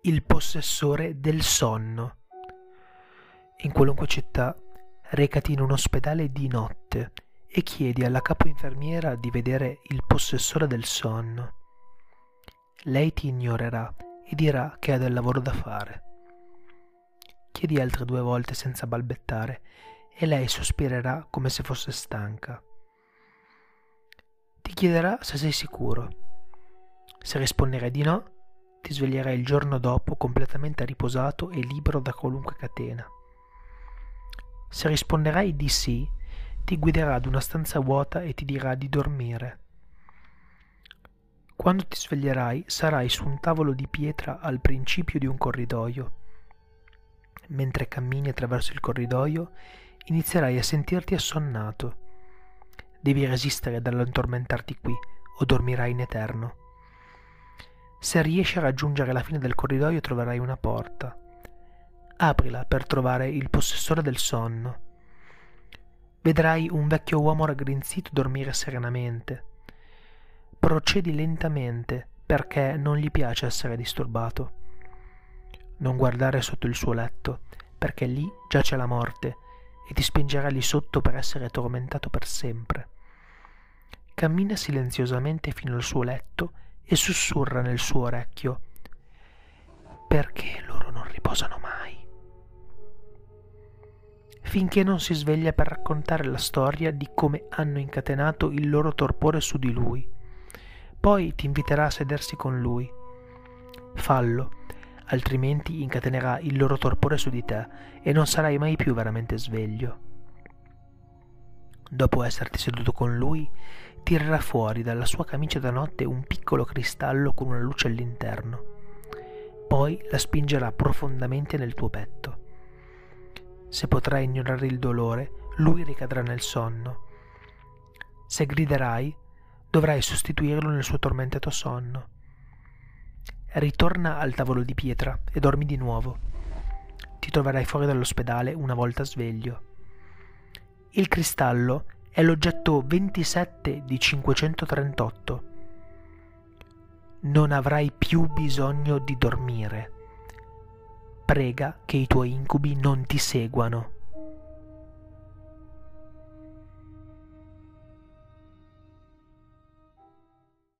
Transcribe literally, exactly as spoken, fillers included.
Il possessore del sonno. In qualunque città, recati in un ospedale di notte e chiedi alla capo infermiera di vedere il possessore del sonno. Lei ti ignorerà e dirà che ha del lavoro da fare. Chiedi altre due volte senza balbettare e lei sospirerà come se fosse stanca. Ti chiederà se sei sicuro. Se risponderai di no, ti sveglierai il giorno dopo completamente riposato e libero da qualunque catena. Se risponderai di sì, ti guiderà ad una stanza vuota e ti dirà di dormire. Quando ti sveglierai, sarai su un tavolo di pietra al principio di un corridoio. Mentre cammini attraverso il corridoio, inizierai a sentirti assonnato. Devi resistere dall'addormentarti qui o dormirai in eterno. Se riesci a raggiungere la fine del corridoio troverai una porta. Aprila per trovare il possessore del sonno. Vedrai un vecchio uomo raggrinzito dormire serenamente. Procedi lentamente perché non gli piace essere disturbato. Non guardare sotto il suo letto perché lì giace la morte e ti spingerà lì sotto per essere tormentato per sempre. Cammina silenziosamente fino al suo letto e sussurra nel suo orecchio: perché loro non riposano mai? Finché non si sveglia per raccontare la storia di come hanno incatenato il loro torpore su di lui. Poi ti inviterà a sedersi con lui. Fallo, altrimenti incatenerà il loro torpore su di te e non sarai mai più veramente sveglio. Dopo esserti seduto con lui, tirerà fuori dalla sua camicia da notte un piccolo cristallo con una luce all'interno. Poi la spingerà profondamente nel tuo petto. Se potrai ignorare il dolore, lui ricadrà nel sonno. Se griderai, dovrai sostituirlo nel suo tormentato sonno. Ritorna al tavolo di pietra e dormi di nuovo. Ti troverai fuori dall'ospedale una volta sveglio. Il cristallo è l'oggetto ventisette di cinquecentotrentotto. Non avrai più bisogno di dormire. Prega che i tuoi incubi non ti seguano.